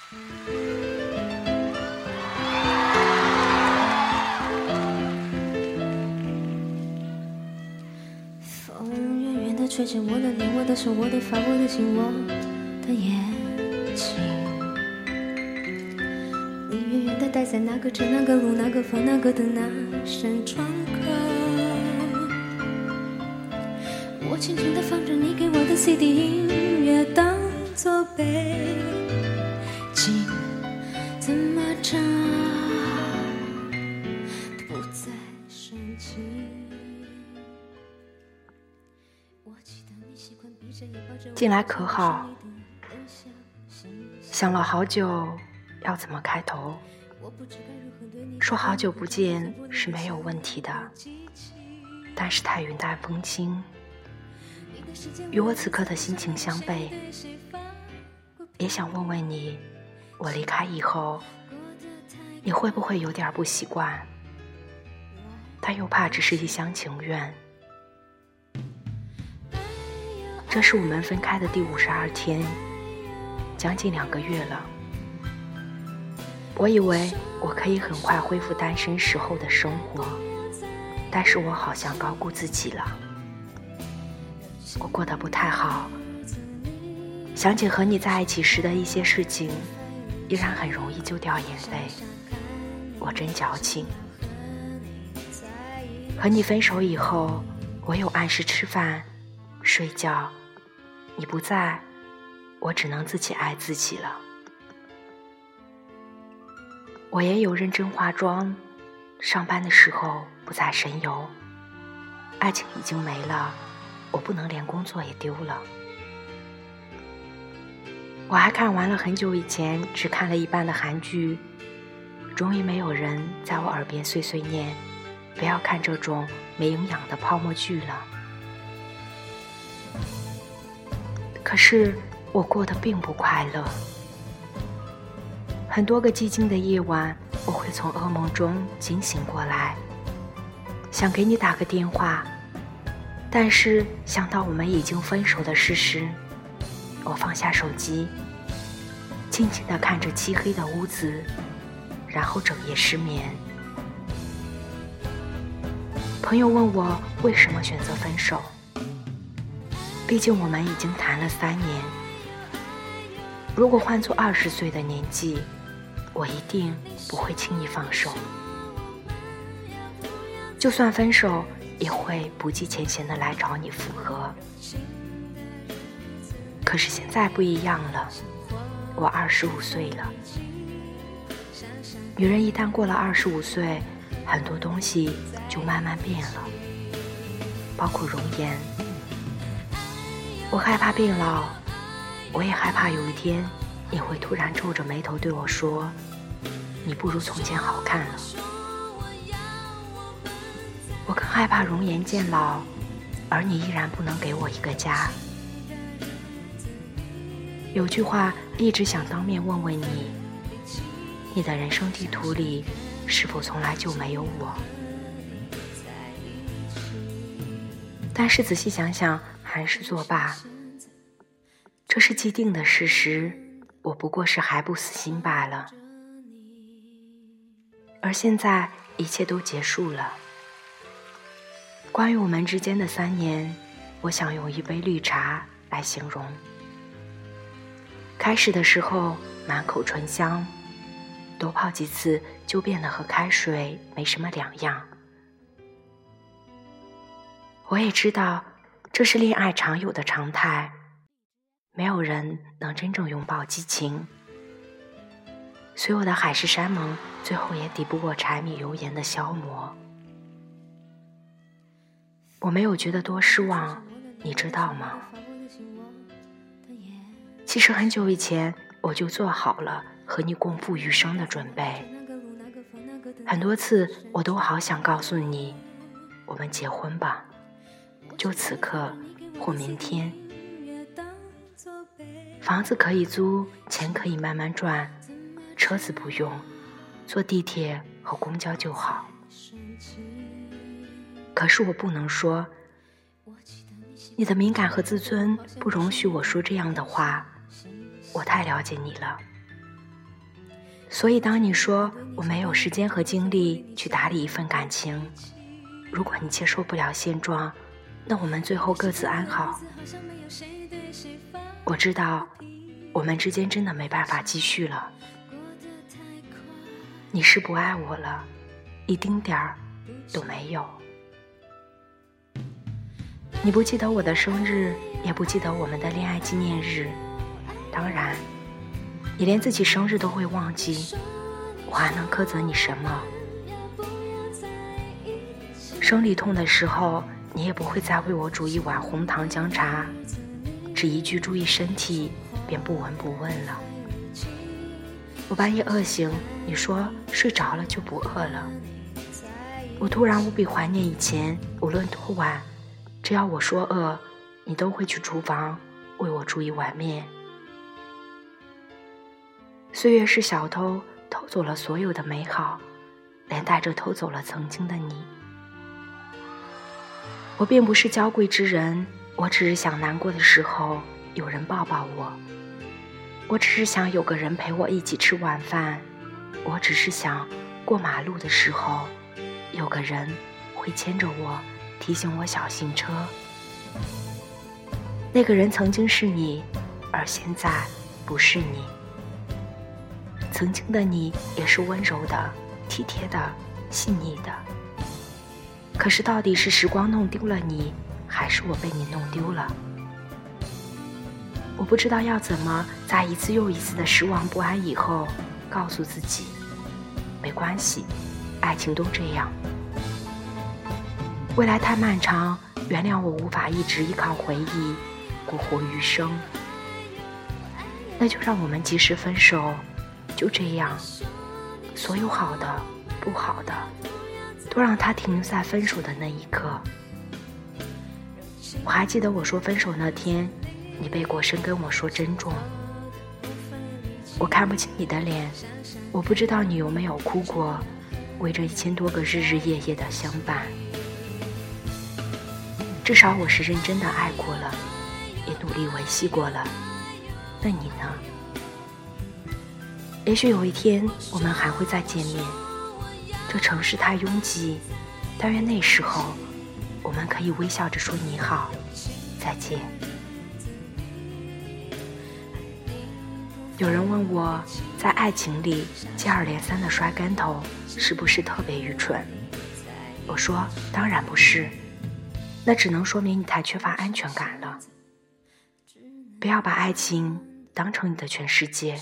风远远地吹着我的脸，我的手，我的发，我的心，我的眼睛。你远远地待在那个城，那个路，那个风，那个灯，那扇窗口。我轻轻地放着你给我的 CD 音乐，当作背景，怎么唱都不再生气。 近来可好？想了好久要怎么开头，说好久不见是没有问题的，但是太云淡风轻与我此刻的心情相悖。也想问问你，我离开以后你会不会有点不习惯，但又怕只是一厢情愿。这是我们分开的第52天，将近2个月了。我以为我可以很快恢复单身时候的生活，但是我好像高估自己了。我过得不太好，想起和你在一起时的一些事情，依然很容易就掉眼泪。我真矫情。和你分手以后，我有按时吃饭、睡觉，你不在，我只能自己爱自己了。我也有认真化妆，上班的时候不再神游。爱情已经没了，我不能连工作也丢了。我还看完了很久以前只看了一半的韩剧，终于没有人在我耳边碎碎念不要看这种没营养的泡沫剧了。可是我过得并不快乐。很多个寂静的夜晚，我会从噩梦中惊醒过来，想给你打个电话，但是想到我们已经分手的事实，我放下手机，静静地看着漆黑的屋子，然后整夜失眠。朋友问我为什么选择分手，毕竟我们已经谈了3年。如果换作20岁的年纪，我一定不会轻易放手，就算分手也会不计前嫌的来找你复合。可是现在不一样了，我25岁了。女人一旦过了25岁，很多东西就慢慢变了，包括容颜。我害怕变老，我也害怕有一天你会突然皱着眉头对我说，你不如从前好看了。我更害怕容颜渐老，而你依然不能给我一个家。有句话一直想当面问问你，你的人生地图里是否从来就没有我？但是仔细想想，还是作罢。这是既定的事实，我不过是还不死心罢了。而现在一切都结束了。关于我们之间的3年，我想用一杯绿茶来形容。开始的时候满口醇香，多泡几次就变得和开水没什么两样。我也知道这是恋爱常有的常态，没有人能真正拥抱激情。所有的海誓山盟最后也抵不过柴米油盐的消磨。我没有觉得多失望，你知道吗？其实很久以前我就做好了和你共赴余生的准备。很多次我都好想告诉你，我们结婚吧，就此刻或明天。房子可以租，钱可以慢慢赚，车子不用，坐地铁和公交就好。可是我不能说，你的敏感和自尊不容许我说这样的话，我太了解你了。 所以当你说我没有时间和精力去打理一份感情，如果你接受不了现状，那我们最后各自安好。我知道我们之间真的没办法继续了。你是不爱我了，一丁点儿都没有。你不记得我的生日，也不记得我们的恋爱纪念日，当然你连自己生日都会忘记，我还能苛责你什么？生理痛的时候，你也不会再为我煮一碗红糖姜茶，只一句注意身体便不闻不问了。我半夜饿醒，你说睡着了就不饿了。我突然无比怀念以前，无论多晚，只要我说饿，你都会去厨房为我煮一碗面。岁月是小偷，偷走了所有的美好，连带着偷走了曾经的你。我并不是娇贵之人，我只是想难过的时候有人抱抱我，我只是想有个人陪我一起吃晚饭，我只是想过马路的时候有个人会牵着我，提醒我小心车。那个人曾经是你，而现在不是你。曾经的你也是温柔的、体贴的、细腻的，可是到底是时光弄丢了你，还是我被你弄丢了？我不知道要怎么在一次又一次的失望不安以后，告诉自己没关系，爱情都这样。未来太漫长，原谅我无法一直依靠回忆过活余生。那就让我们及时分手，就这样，所有好的不好的都让它停在分手的那一刻。我还记得我说分手那天，你背过身跟我说珍重。我看不清你的脸，我不知道你有没有哭过，为这1000多个日日夜夜的相伴。至少我是认真的爱过了，也努力维系过了。那你呢？也许有一天我们还会再见面，这城市太拥挤，但愿那时候我们可以微笑着说你好，再见。有人问我，在爱情里接二连三的摔跟头是不是特别愚蠢？我说当然不是，那只能说明你太缺乏安全感了。不要把爱情当成你的全世界。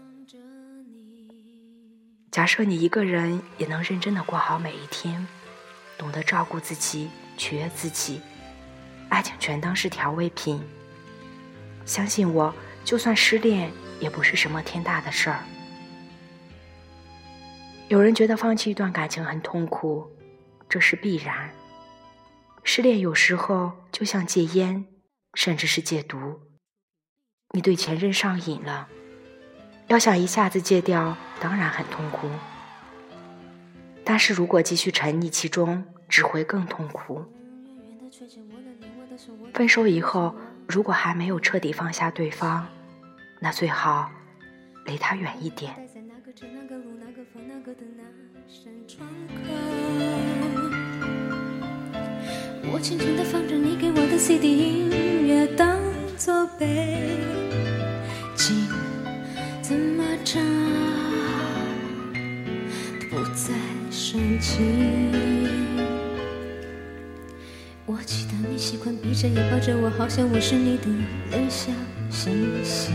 假设你一个人也能认真的过好每一天，懂得照顾自己，取悦自己，爱情全当是调味品。相信我，就算失恋也不是什么天大的事儿。有人觉得放弃一段感情很痛苦，这是必然。失恋有时候就像戒烟，甚至是戒毒。你对前任上瘾了，要想一下子戒掉，当然很痛苦。但是如果继续沉溺其中，只会更痛苦。分手以后，如果还没有彻底放下对方，那最好离他远一点。 我轻轻地放着你给我的 CD 音乐，当作背景，怎么唱都不再生气。我记得你习惯闭着眼抱着我，好像我是你的脸小星星。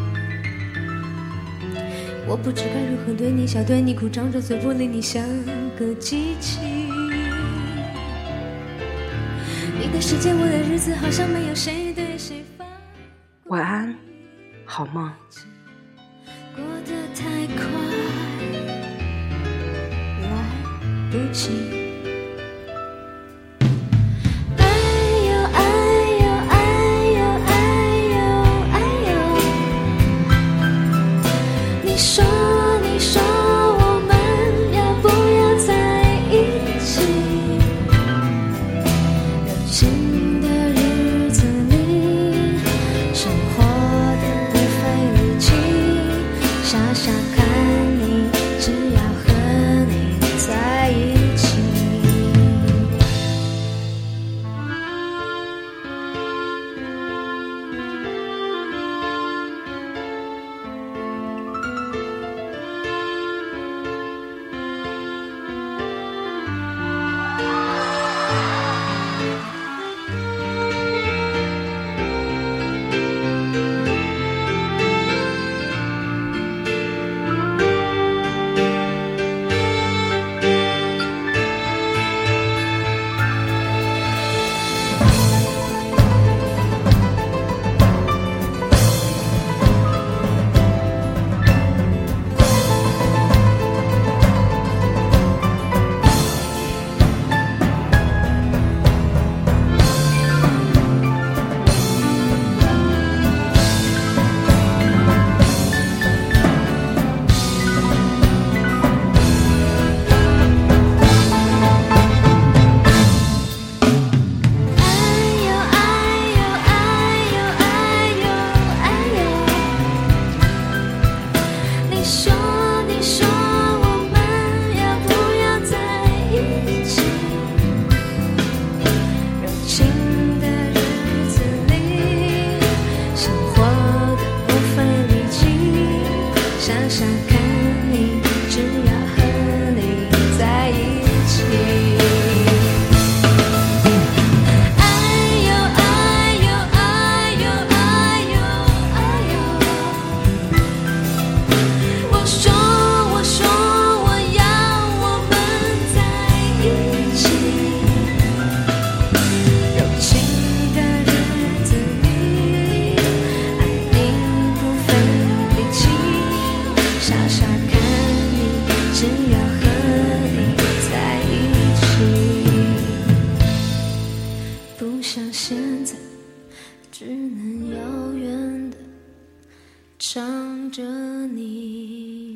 我不知该如何对你笑，对你哭，张着嘴不理你，像个机器。你的世界，我的日子，好像没有谁对谁发。 晚安，好梦。 过得太快，来不及。傻傻看你说我们要不要在一起？柔情的日子里，生活的不费力气，想想看你，只要和你在一起。只能遥远的唱着你。